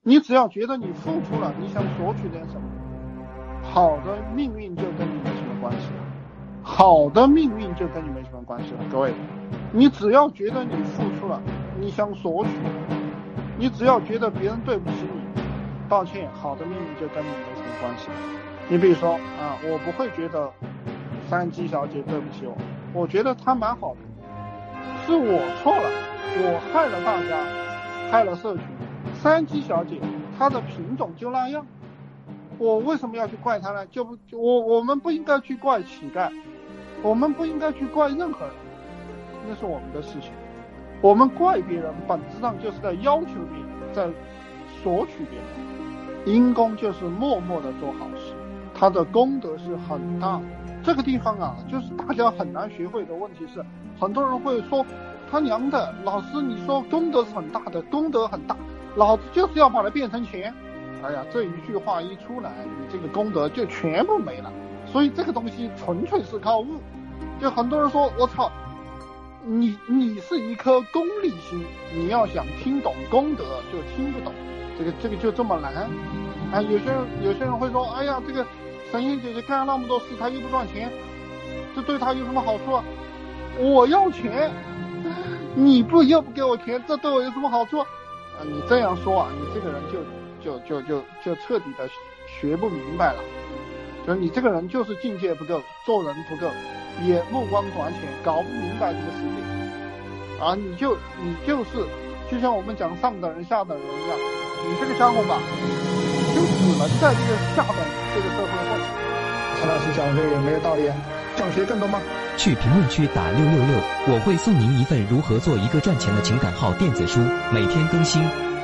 你只要觉得你付出了，你想索取点什么，好的命运就跟你没什么关系了。好的命运就跟你没什么关系了，各位，你只要觉得你付出了，你想索取，你只要觉得别人对不起你，抱歉，好的命运就跟你没什么关系了。你比如说啊，我不会觉得三鸡小姐对不起我，我觉得她蛮好的，是我错了，我害了大家，害了社群。三鸡小姐她的品种就那样，我为什么要去怪她呢？我们不应该去怪乞丐，我们不应该去怪任何人，那是我们的事情。我们怪别人，本质上就是在要求别人，在索取别人。因公就是默默的做好事，他的功德是很大的。这个地方啊，就是大家很难学会的问题是，很多人会说，他娘的，老师你说功德是很大的，功德很大，老子就是要把它变成钱。哎呀，这一句话一出来，你这个功德就全部没了。所以这个东西纯粹是靠悟。就很多人说，我操，你是一颗功利心，你要想听懂功德就听不懂，这个就这么难啊。有些人会说，哎呀，这个神仙姐姐干了那么多事，她又不赚钱，这对她有什么好处啊？我要钱，你又不给我钱，这对我有什么好处啊？你这样说啊，你这个人就彻底的学不明白了。就是你这个人就是境界不够，做人不够，也目光短浅，搞不明白这个世界啊！你就是就像我们讲上等人下等人一样，你这个家伙吧，就只能在这个下等这个社会混。 陈老师讲这个有没有道理啊？想学更多吗？ 去评论区打666，我会送您一份如何做一个赚钱的情感号电子书，每天更新。